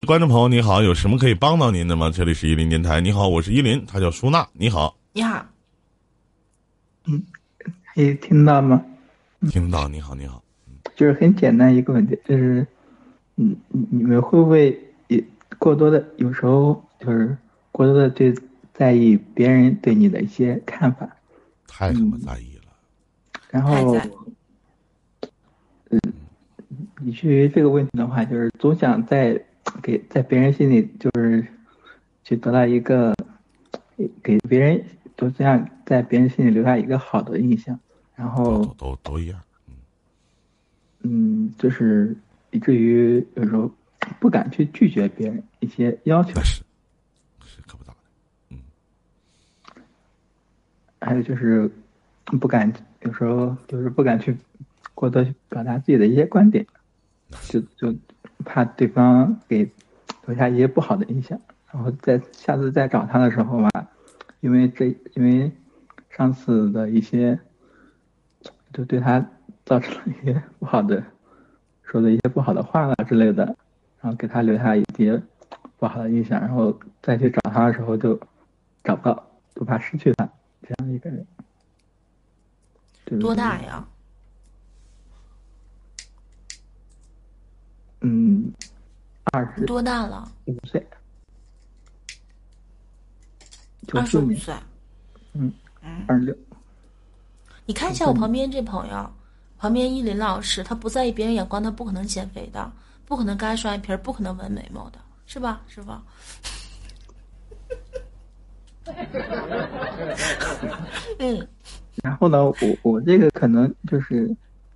观众朋友你好，有什么可以帮到您的吗？这里是依林电台，你好，我是依林，他叫舒娜，你好。 你好。 可以听到吗？ 听到，你好，你好。 就是很简单一个问题，就是你们会不会也过多的，有时候就是过多的对在意别人对你的一些看法？ 太他妈在意了。 然后你去这个问题的话，就是总想在别人心里就是去得到一个给别人都这样在别人心里留下一个好的印象，然后都一样。 就是以至于有时候不敢去拒绝别人一些要求。 是可不咋的。 还有就是不敢，有时候就是不敢去过多去表达自己的一些观点，就怕对方给留下一些不好的印象，然后在下次再找他的时候吧，因为上次的一些就对他造成了一些不好的说的一些不好的话了之类的，然后给他留下一些不好的印象，然后再去找他的时候就找不到，就怕失去他这样一个人。 多大呀 ？20 多大了 ？5岁。 25岁。 26。 你看一下我旁边这朋友，旁边依林老师，他不在意别人眼光，他不可能减肥的，不可能干双眼皮，不可能纹眉毛的，是吧？是吧？ 然后呢，我这个可能就是，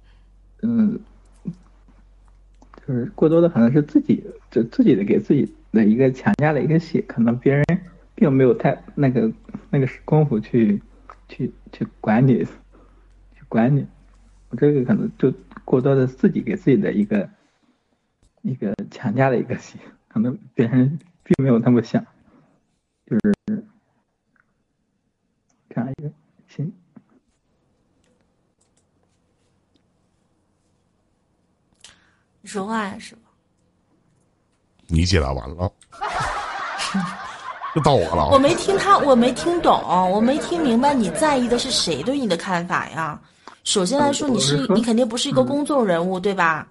就是过多的可能是自己的给自己的一个强加的一个戏，可能别人并没有太那个功夫去管你，我这个可能就过多的自己给自己的一个强加的一个戏，可能别人并没有那么想，就是这样一个心。 你说话呀，是吧？ 你解答完了，就到我了。 我没听懂，我没听明白你在意的是谁对你的看法呀？首先来说，你肯定不是一个公众人物，对吧？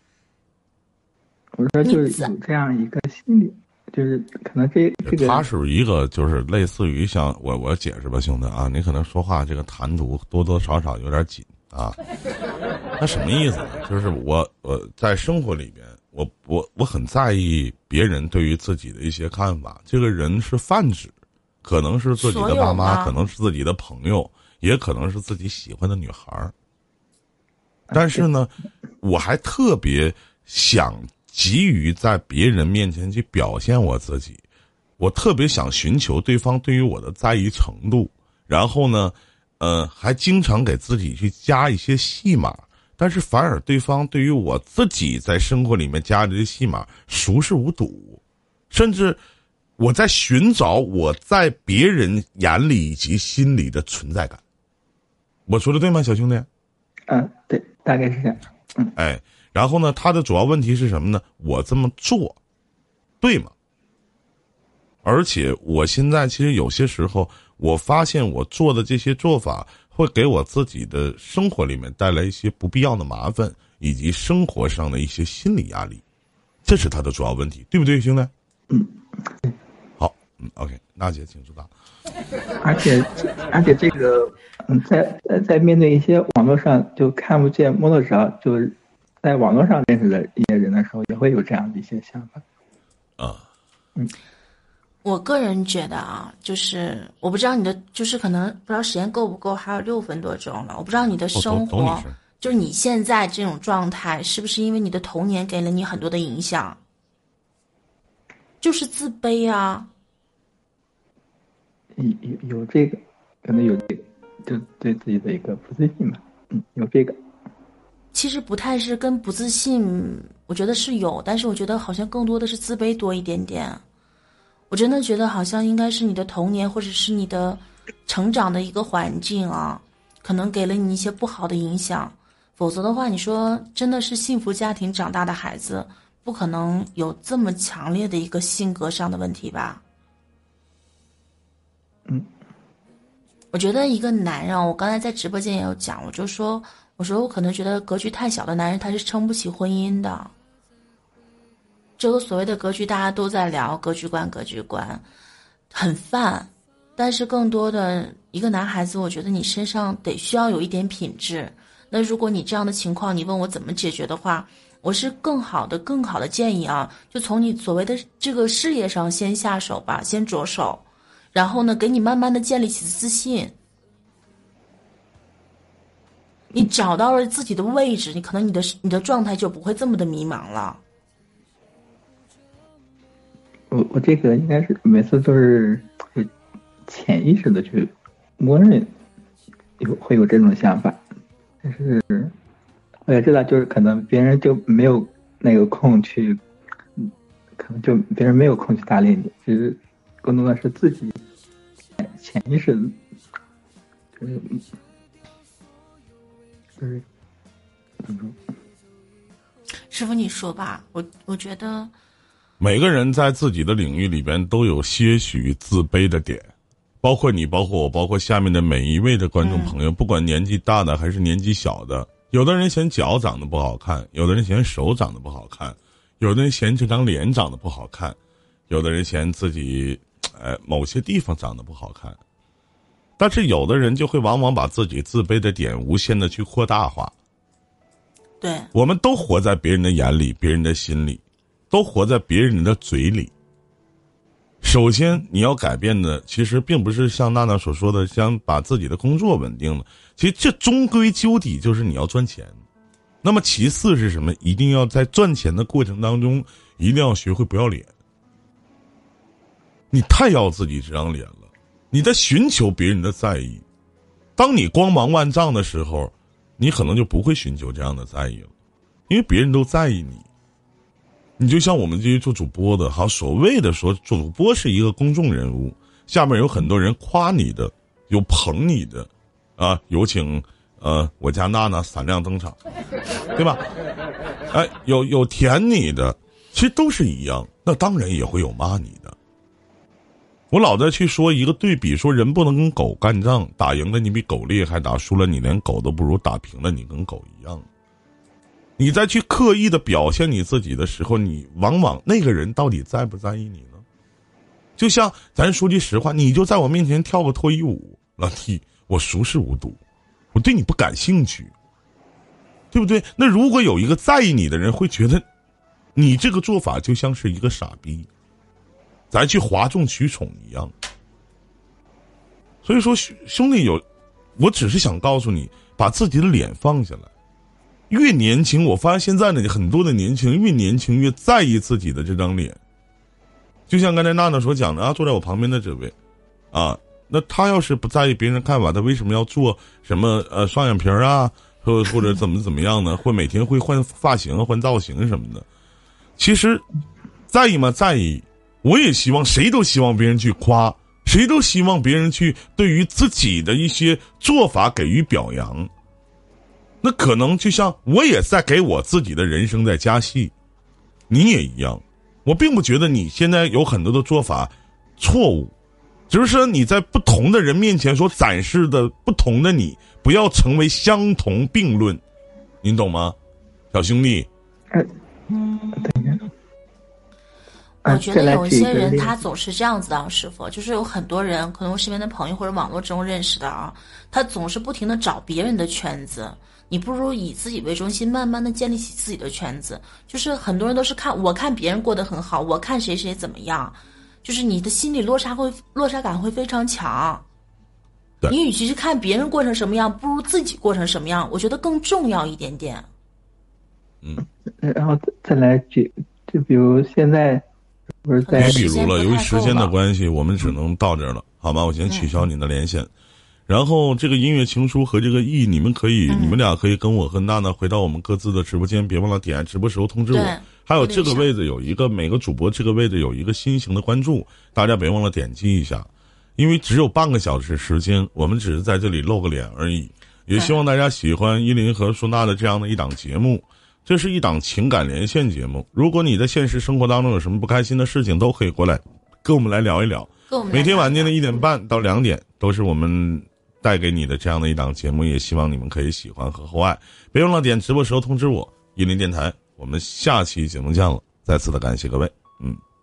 我说就是有这样一个心理，就是可能这个他是一个就是类似于像我解释吧，兄弟啊，你可能说话这个谈吐多多少少有点紧啊。那什么意思呢？就是我在生活里边，我很在意别人对于自己的一些看法。这个人是泛指，可能是自己的爸妈，可能是自己的朋友，也可能是自己喜欢的女孩。但是呢，我还特别想急于在别人面前去表现我自己，我特别想寻求对方对于我的在意程度，然后呢，还经常给自己去加一些戏码。但是反而对方对于我自己在生活里面加的这些戏码熟视无睹，甚至我在寻找我在别人眼里以及心里的存在感。我说的对吗，小兄弟？ 对，大概是这样。 然后呢，他的主要问题是什么呢？我这么做对吗？而且我现在其实有些时候我发现我做的这些做法会给我自己的生活里面带来一些不必要的麻烦，以及生活上的一些心理压力，这是他的主要问题，对不对，兄弟？好，OK， 娜姐请作答。 而且这个在面对一些网络上就看不见摸得着，就是在网络上认识的一些人的时候，也会有这样的一些想法。 我个人觉得啊，就是我不知道你的，就是可能不知道时间够不够，还有6分多钟了。我不知道你的生活，就是你现在这种状态，是不是因为你的童年给了你很多的影响？就是自卑啊。 有这个，可能有这个，就对自己的一个不自信吧。有这个。 其实不太是跟不自信，我觉得是有，但是我觉得好像更多的是自卑多一点点。我真的觉得好像应该是你的童年或者是你的成长的一个环境啊，可能给了你一些不好的影响。否则的话，你说真的是幸福家庭长大的孩子， 不可能有这么强烈的一个性格上的问题吧。我觉得一个男人，我刚才在直播间也有讲，我说我可能觉得格局太小的男人他是撑不起婚姻的。这个所谓的格局，大家都在聊格局观，很泛。但是更多的一个男孩子，我觉得你身上需要有一点品质。那如果你这样的情况，你问我怎么解决的话，我是更好的建议啊，就从你所谓的这个事业上先下手吧，先着手。然后呢，给你慢慢的建立起自信。你找到了自己的位置，你可能你的状态就不会这么的迷茫了。 我这个应该是每次都是潜意识的去默认会有这种想法，但是我也知道，就是可能别人就没有那个空去，可能就别人没有空去搭理你，其实更多的是自己潜意识的，就是师傅你说吧，我觉得每个人在自己的领域里边都有些许自卑的点，包括你，包括我，包括下面的每一位的观众朋友，不管年纪大的还是年纪小的，有的人嫌脚长得不好看，有的人嫌手长得不好看，有的人嫌这张脸长得不好看，有的人嫌自己某些地方长得不好看，但是有的人就会往往把自己自卑的点无限的去扩大化。 对， 我们都活在别人的眼里，别人的心里，都活在别人的嘴里。首先你要改变的其实并不是像娜娜所说的想把自己的工作稳定了，其实这终归究底就是你要赚钱。那么其次是什么？一定要在赚钱的过程当中一定要学会不要脸。你太要自己这张脸了，你在寻求别人的在意。当你光芒万丈的时候，你可能就不会寻求这样的在意了，因为别人都在意你。你就像我们这些做主播的，好，所谓的说主播是一个公众人物，下面有很多人夸你的，有捧你的，啊，有请我家娜娜闪亮登场，对吧？哎，有舔你的，其实都是一样。那当然也会有骂你的。我老在去说一个对比，说人不能跟狗干仗，打赢了你比狗厉害，打输了你连狗都不如，打平了你跟狗一样。你再去刻意的表现你自己的时候，你往往那个人到底在不在意你呢？就像咱说句实话，你就在我面前跳个脱衣舞，老弟，我熟视无睹，我对你不感兴趣，对不对？那如果有一个在意你的人，会觉得你这个做法就像是一个傻逼，咱去哗众取宠一样。所以说兄弟我只是想告诉你，把自己的脸放下来。越年轻，我发现现在呢很多的年轻人越年轻越在意自己的这张脸。就像刚才娜娜所讲的啊，坐在我旁边的这位啊，那他要是不在意别人看法，他为什么要做什么双眼皮啊，或者怎么样呢？或每天会换发型换造型什么的。其实在意吗？在意。我也希望，谁都希望别人去夸，谁都希望别人去对于自己的一些做法给予表扬。那可能就像我也在给我自己的人生在加戏，你也一样。我并不觉得你现在有很多的做法错误，只是说你在不同的人面前所展示的不同的你，不要成为相同并论，您懂吗，小兄弟？ 我觉得有一些人他总是这样子的啊，师傅，就是有很多人，可能我身边的朋友或者网络中认识的啊，他总是不停的找别人的圈子。你不如以自己为中心，慢慢的建立起自己的圈子。就是很多人都是看别人过得很好，我看谁谁怎么样，就是你的心理落差感会非常强。你与其是看别人过成什么样，不如自己过成什么样，我觉得更重要一点点。 然后再来就比如现在不是在， 比如了，由于时间的关系，我们只能到这儿了，好吗？我先取消你的连线。然后这个音乐情书和这个你们俩可以跟我和娜娜回到我们各自的直播间，别忘了点直播时候通知我。还有这个位置有一个，每个主播这个位置有一个新型的关注，大家别忘了点击一下。因为只有半个小时时间，我们只是在这里露个脸而已。也希望大家喜欢依林和舒娜的这样的一档节目。 这是一档情感连线节目。如果你在现实生活当中有什么不开心的事情，都可以过来跟我们来聊一聊。每天晚间的1点半到2点都是我们带给你的这样的一档节目，也希望你们可以喜欢和厚爱。别忘了点直播时候通知我，10电台。我们下期节目见了，再次的感谢各位。